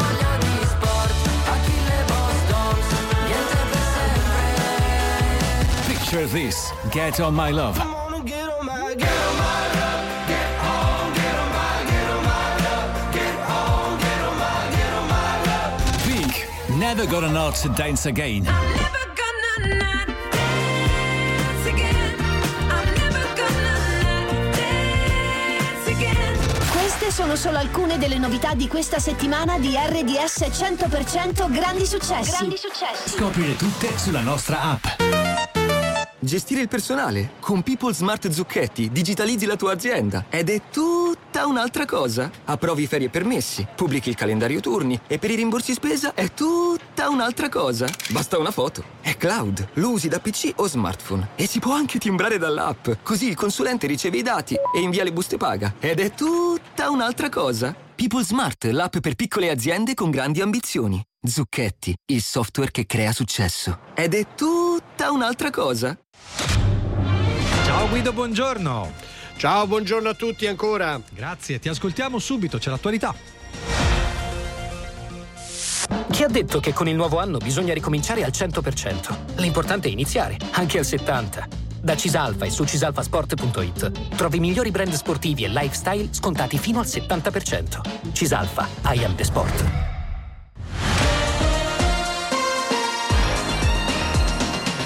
[SPEAKER 14] Picture this, Get on My Love. Pink, Never Gonna Not Dance Again.
[SPEAKER 13] Queste sono solo alcune delle novità di questa settimana di R D S cento per cento Grandi Successi. Grandi Successi.
[SPEAKER 14] Scoprire tutte sulla nostra app.
[SPEAKER 11] Gestire il personale? Con People Smart Zucchetti digitalizzi la tua azienda ed è tutta un'altra cosa. Approvi ferie e permessi, pubblichi il calendario turni e per i rimborsi spesa è tutta un'altra cosa. Basta una foto. È cloud, lo usi da P C o smartphone e si può anche timbrare dall'app. Così il consulente riceve i dati e invia le buste paga. Ed è tutta un'altra cosa. People Smart, l'app per piccole aziende con grandi ambizioni. Zucchetti, il software che crea successo. Ed è tutta un'altra cosa.
[SPEAKER 3] Ciao Guido, buongiorno.
[SPEAKER 15] Ciao, buongiorno a tutti ancora.
[SPEAKER 3] Grazie, ti ascoltiamo subito, c'è l'attualità.
[SPEAKER 16] Chi ha detto che con il nuovo anno bisogna ricominciare al cento per cento? L'importante è iniziare, anche al settanta per cento. Da Cisalfa e su cisalfasport punto it trovi i migliori brand sportivi e lifestyle scontati fino al settanta per cento. Cisalfa, I am the sport.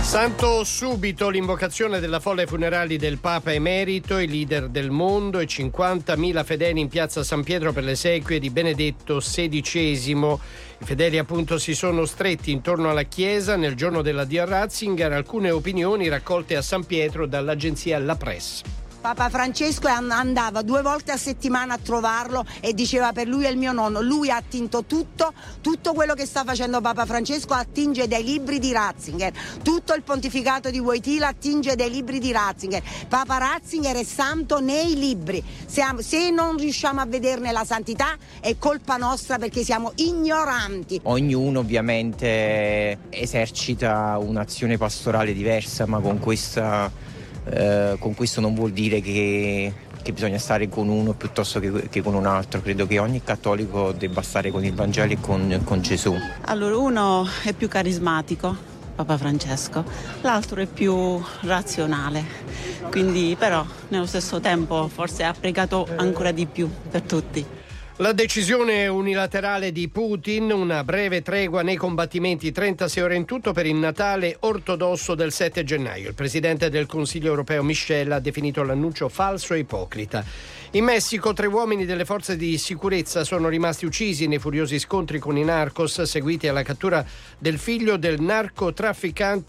[SPEAKER 15] Santo subito l'invocazione della folla ai funerali del Papa Emerito, il leader del mondo e cinquantamila fedeli in piazza San Pietro per le esequie di Benedetto sedicesimo. I fedeli appunto si sono stretti intorno alla chiesa nel giorno dell'addio a Ratzinger. Alcune opinioni raccolte a San Pietro dall'agenzia La Presse.
[SPEAKER 6] Papa Francesco andava due volte a settimana a trovarlo e diceva: per lui è il mio nonno. Lui ha attinto tutto, tutto quello che sta facendo Papa Francesco attinge dai libri di Ratzinger, tutto il pontificato di Wojtyla attinge dai libri di Ratzinger. Papa Ratzinger è santo nei libri. Siamo, se non riusciamo a vederne la santità è colpa nostra perché siamo ignoranti.
[SPEAKER 12] Ognuno ovviamente esercita un'azione pastorale diversa, ma con questa Eh, con questo non vuol dire che, che bisogna stare con uno piuttosto che, che con un altro. Credo che ogni cattolico debba stare con il Vangelo e con, con Gesù.
[SPEAKER 18] Allora, uno è più carismatico, Papa Francesco, l'altro è più razionale, quindi però nello stesso tempo forse ha pregato ancora di più per tutti.
[SPEAKER 15] La decisione unilaterale di Putin, una breve tregua nei combattimenti, trentasei ore in tutto per il Natale ortodosso del sette gennaio. Il presidente del Consiglio europeo Michel ha definito l'annuncio falso e ipocrita. In Messico tre uomini delle forze di sicurezza sono rimasti uccisi nei furiosi scontri con i narcos seguiti alla cattura del figlio del narcotrafficante